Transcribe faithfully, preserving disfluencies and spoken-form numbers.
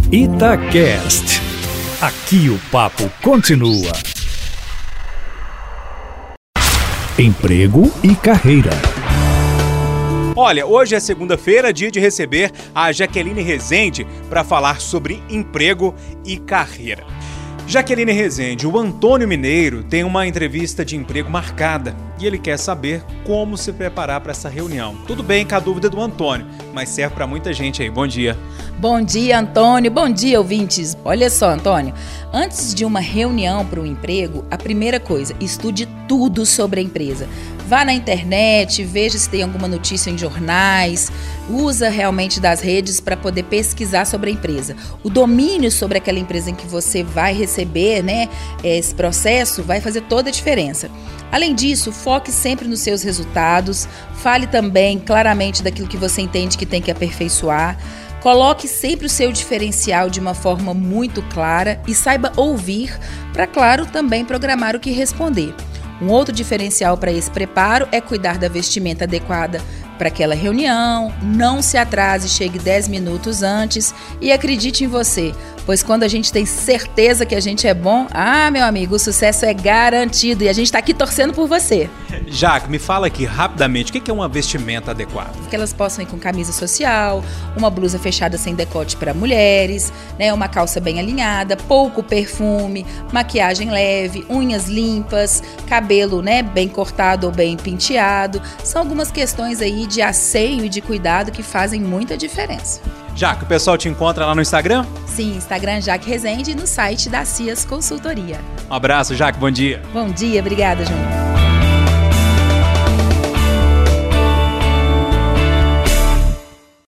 Itacast. Aqui o papo continua. Emprego e carreira. Olha, hoje é segunda-feira, dia de receber a Jaqueline Rezende para falar sobre emprego e carreira. Jaqueline Rezende, o Antônio Mineiro tem uma entrevista de emprego marcada e ele quer saber como se preparar para essa reunião. Tudo bem com a dúvida do Antônio, mas serve para muita gente aí. Bom dia. Bom dia, Antônio. Bom dia, ouvintes. Olha só, Antônio, antes de uma reunião para um emprego, a primeira coisa, estude tudo sobre a empresa. Vá na internet, veja se tem alguma notícia em jornais, usa realmente das redes para poder pesquisar sobre a empresa. O domínio sobre aquela empresa em que você vai receber, né, esse processo vai fazer toda a diferença. Além disso, foque sempre nos seus resultados, fale também claramente daquilo que você entende que tem que aperfeiçoar. Coloque sempre o seu diferencial de uma forma muito clara e saiba ouvir para, claro, também programar o que responder. Um outro diferencial para esse preparo é cuidar da vestimenta adequada para aquela reunião, não se atrase, chegue dez minutos antes e acredite em você, pois quando a gente tem certeza que a gente é bom, ah, meu amigo, o sucesso é garantido e a gente está aqui torcendo por você. Jaque, me fala aqui rapidamente, o que é uma vestimenta adequada? Que elas possam ir com camisa social, uma blusa fechada sem decote para mulheres, né, uma calça bem alinhada, pouco perfume, maquiagem leve, unhas limpas, cabelo, né, bem cortado ou bem penteado. São algumas questões aí de asseio e de cuidado que fazem muita diferença. Jaque, o pessoal te encontra lá no Instagram? Sim, Instagram Jaque Rezende e no site da C I A S Consultoria. Um abraço, Jaque, bom dia. Bom dia, obrigada, Júnior.